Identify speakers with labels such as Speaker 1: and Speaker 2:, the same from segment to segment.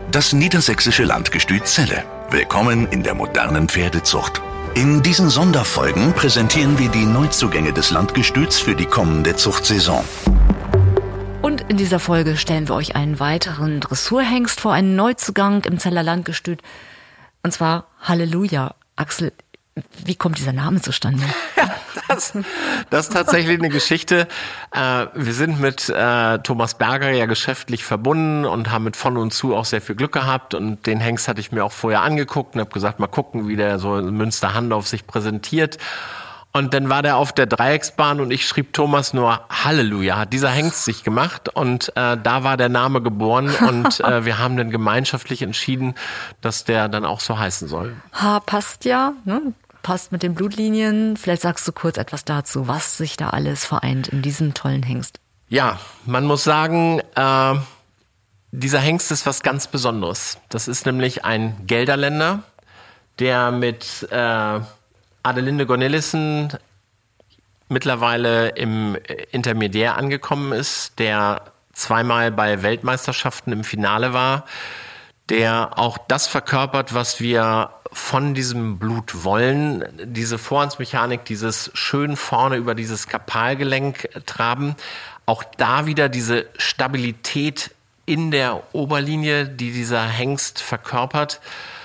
Speaker 1: Das niedersächsische Landgestüt Celle. Willkommen in der modernen Pferdezucht. In diesen Sonderfolgen präsentieren wir die Neuzugänge des Landgestüts für die kommende Zuchtsaison.
Speaker 2: Und in dieser Folge stellen wir euch einen weiteren Dressurhengst vor, einen Neuzugang im Celler Landgestüt. Und zwar Halleluja. Axel, wie kommt dieser Name zustande?
Speaker 3: Das ist tatsächlich eine Geschichte. Wir sind mit Thomas Berger ja geschäftlich verbunden und haben mit von und zu auch sehr viel Glück gehabt. Und den Hengst hatte ich mir auch vorher angeguckt und habe gesagt, mal gucken, wie der so in Münster-Handorf sich präsentiert. Und dann war der auf der Dreiecksbahn und ich schrieb Thomas nur Halleluja, hat dieser Hengst sich gemacht und da war der Name geboren und wir haben dann gemeinschaftlich entschieden, dass der dann auch so heißen soll.
Speaker 2: Passt ja, ne? Passt mit den Blutlinien. Vielleicht sagst du kurz etwas dazu, was sich da alles vereint in diesem tollen Hengst.
Speaker 3: Ja, man muss sagen, dieser Hengst ist was ganz Besonderes. Das ist nämlich ein Gelderländer, der mit Adelinde Cornelissen mittlerweile im Intermediär angekommen ist, der zweimal bei Weltmeisterschaften im Finale war, der auch das verkörpert, was wir von diesem Blut wollen, diese Vorhandsmechanik, dieses schön vorne über dieses Karpalgelenk traben, auch da wieder diese Stabilität in der Oberlinie, die dieser Hengst verkörpert.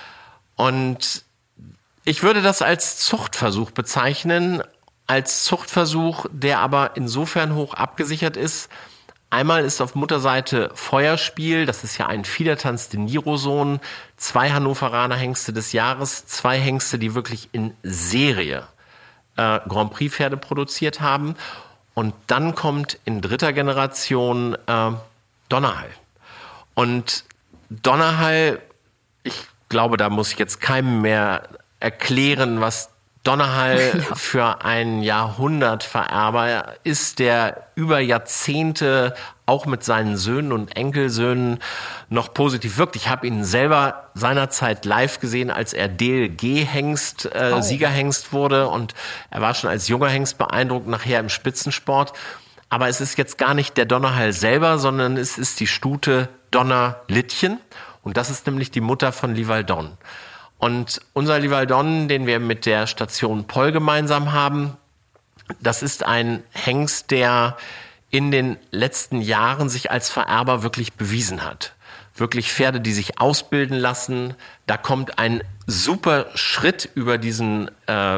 Speaker 3: Und ich würde das als Zuchtversuch bezeichnen, als Zuchtversuch, der aber insofern hoch abgesichert ist. Einmal ist auf Mutterseite Feuerspiel, das ist ja ein Fiedertanz de Nirosohn, 2 Hannoveraner Hengste des Jahres, 2 Hengste, die wirklich in Serie Grand Prix Pferde produziert haben. Und dann kommt in 3. Generation Donnerhall. Und Donnerhall, ich glaube, da muss ich jetzt keinem mehr erklären, was Donnerhall für ein Jahrhundertvererber ist, der über Jahrzehnte auch mit seinen Söhnen und Enkelsöhnen noch positiv wirkt. Ich habe ihn selber seinerzeit live gesehen, als er DLG-Hengst, Siegerhengst wurde, und er war schon als junger Hengst beeindruckt, nachher im Spitzensport. Aber es ist jetzt gar nicht der Donnerhall selber, sondern es ist die Stute Donnerlittchen, und das ist nämlich die Mutter von Livaldon. Und unser Livaldon, den wir mit der Station Poll gemeinsam haben, das ist ein Hengst, der in den letzten Jahren sich als Vererber wirklich bewiesen hat. Wirklich Pferde, die sich ausbilden lassen. Da kommt ein super Schritt über diesen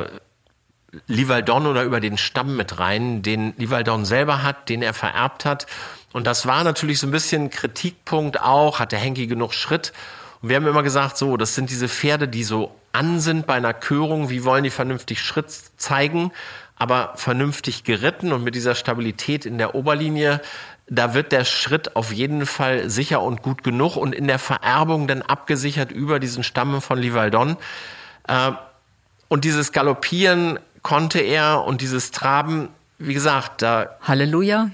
Speaker 3: Livaldon oder über den Stamm mit rein, den Livaldon selber hat, den er vererbt hat. Und das war natürlich so ein bisschen Kritikpunkt auch. Hat der Henki genug Schritt? Und wir haben immer gesagt, so, das sind diese Pferde, die so an sind bei einer Körung. Wie wollen die vernünftig Schritt zeigen, aber vernünftig geritten und mit dieser Stabilität in der Oberlinie, da wird der Schritt auf jeden Fall sicher und gut genug und in der Vererbung dann abgesichert über diesen Stamm von Livaldon. Und dieses Galoppieren konnte er und dieses Traben, wie gesagt, da
Speaker 2: Halleluja,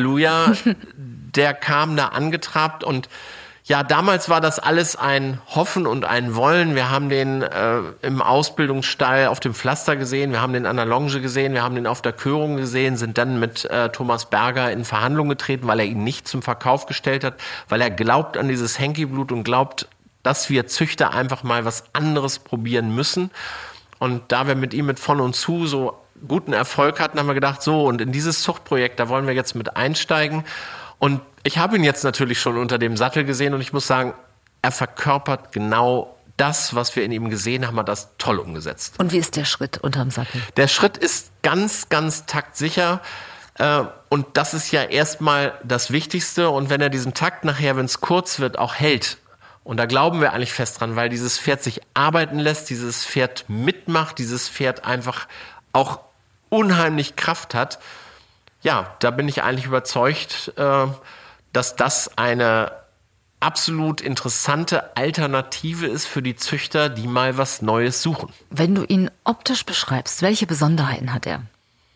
Speaker 3: der kam da angetrabt. Und ja, damals war das alles ein Hoffen und ein Wollen. Wir haben den im Ausbildungsstall auf dem Pflaster gesehen, wir haben den an der Longe gesehen, wir haben den auf der Körung gesehen, sind dann mit Thomas Berger in Verhandlungen getreten, weil er ihn nicht zum Verkauf gestellt hat, weil er glaubt an dieses Henki-Blut und glaubt, dass wir Züchter einfach mal was anderes probieren müssen. Und da wir mit ihm mit von und zu so guten Erfolg hatten, haben wir gedacht, so, und in dieses Zuchtprojekt, da wollen wir jetzt mit einsteigen. Und ich habe ihn jetzt natürlich schon unter dem Sattel gesehen und ich muss sagen, er verkörpert genau das, was wir in ihm gesehen haben, hat das toll umgesetzt.
Speaker 2: Und wie ist der Schritt unterm Sattel?
Speaker 3: Der Schritt ist ganz, ganz taktsicher und das ist ja erstmal das Wichtigste. Und wenn er diesen Takt nachher, wenn es kurz wird, auch hält, und da glauben wir eigentlich fest dran, weil dieses Pferd sich arbeiten lässt, dieses Pferd mitmacht, dieses Pferd einfach auch unheimlich Kraft hat, ja, da bin ich eigentlich überzeugt, dass das eine absolut interessante Alternative ist für die Züchter, die mal was Neues suchen.
Speaker 2: Wenn du ihn optisch beschreibst, welche Besonderheiten hat er?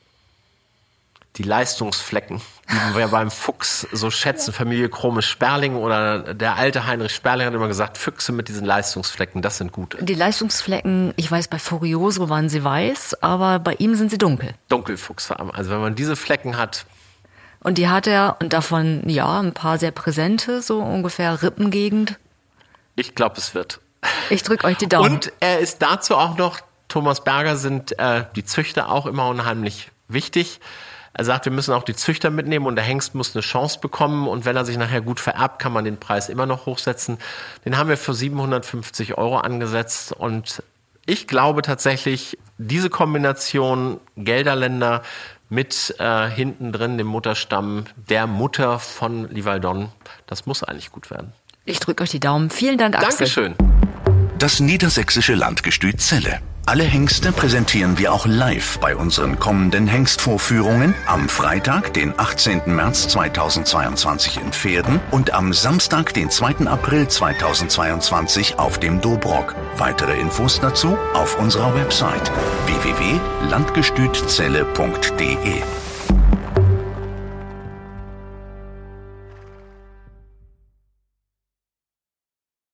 Speaker 3: Die Leistungsflecken, die wir beim Fuchs so schätzen, Familie Kromes-Sperling oder der alte Heinrich Sperling hat immer gesagt, Füchse mit diesen Leistungsflecken, das sind gute.
Speaker 2: Die Leistungsflecken, ich weiß, bei Furioso waren sie weiß, aber bei ihm sind sie dunkel.
Speaker 3: Dunkelfuchsfarben, also wenn man diese Flecken hat.
Speaker 2: Und die hat er, und davon, ja, ein paar sehr präsente, so ungefähr Rippengegend.
Speaker 3: Ich glaube, es wird.
Speaker 2: Ich drücke euch die Daumen.
Speaker 3: Und er ist dazu auch noch, Thomas Berger, sind die Züchter auch immer unheimlich wichtig. Er sagt, wir müssen auch die Züchter mitnehmen und der Hengst muss eine Chance bekommen. Und wenn er sich nachher gut vererbt, kann man den Preis immer noch hochsetzen. Den haben wir für 750 € angesetzt. Und ich glaube tatsächlich, diese Kombination Gelderländer mit hinten drin dem Mutterstamm der Mutter von Livaldon, das muss eigentlich gut werden.
Speaker 2: Ich drücke euch die Daumen. Vielen Dank, Axel.
Speaker 3: Dankeschön.
Speaker 1: Das niedersächsische Landgestüt Celle. Alle Hengste präsentieren wir auch live bei unseren kommenden Hengstvorführungen am Freitag, den 18. März 2022 in Pferden und am Samstag, den 2. April 2022 auf dem Dobrock. Weitere Infos dazu auf unserer Website www.landgestützelle.de.